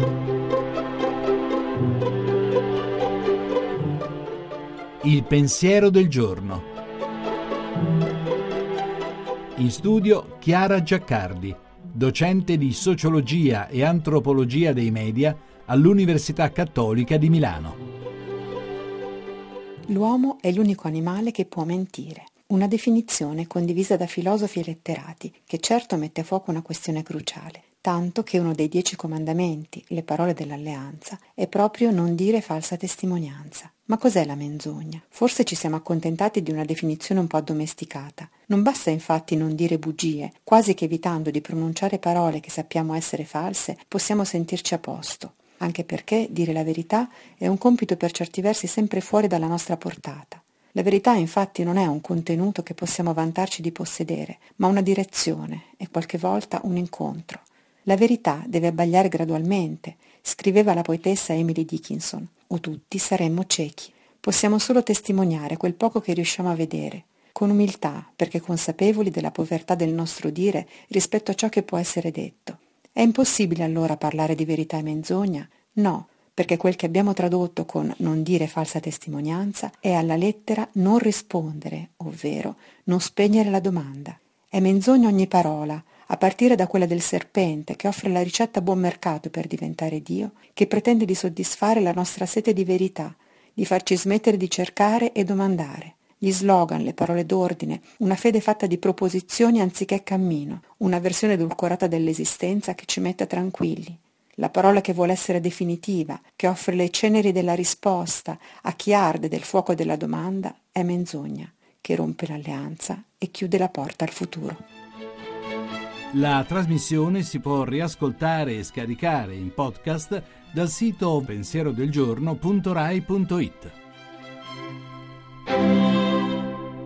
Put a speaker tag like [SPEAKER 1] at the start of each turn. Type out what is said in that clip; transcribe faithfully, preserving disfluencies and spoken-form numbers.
[SPEAKER 1] Il pensiero del giorno. In studio Chiara Giaccardi, docente di sociologia e antropologia dei media all'Università Cattolica di Milano.
[SPEAKER 2] L'uomo è l'unico animale che può mentire. Una definizione condivisa da filosofi e letterati, che certo mette a fuoco una questione cruciale, tanto che uno dei dieci comandamenti, le parole dell'alleanza, è proprio non dire falsa testimonianza. Ma cos'è la menzogna? Forse ci siamo accontentati di una definizione un po' addomesticata. Non basta infatti non dire bugie, quasi che evitando di pronunciare parole che sappiamo essere false, possiamo sentirci a posto, anche perché dire la verità è un compito per certi versi sempre fuori dalla nostra portata. La verità infatti non è un contenuto che possiamo vantarci di possedere, ma una direzione e qualche volta un incontro. La verità deve abbagliare gradualmente, scriveva la poetessa Emily Dickinson, o tutti saremmo ciechi. Possiamo solo testimoniare quel poco che riusciamo a vedere, con umiltà, perché consapevoli della povertà del nostro dire rispetto a ciò che può essere detto. È impossibile allora parlare di verità e menzogna? No, perché quel che abbiamo tradotto con non dire falsa testimonianza è alla lettera non rispondere, ovvero non spegnere la domanda. È menzogna ogni parola, a partire da quella del serpente che offre la ricetta a buon mercato per diventare Dio, che pretende di soddisfare la nostra sete di verità, di farci smettere di cercare e domandare. Gli slogan, le parole d'ordine, una fede fatta di proposizioni anziché cammino, una versione edulcorata dell'esistenza che ci metta tranquilli. La parola che vuole essere definitiva, che offre le ceneri della risposta a chi arde del fuoco della domanda, è menzogna, che rompe l'alleanza e chiude la porta al futuro.
[SPEAKER 1] La trasmissione si può riascoltare e scaricare in podcast dal sito pensierodelgiorno punto rai punto it.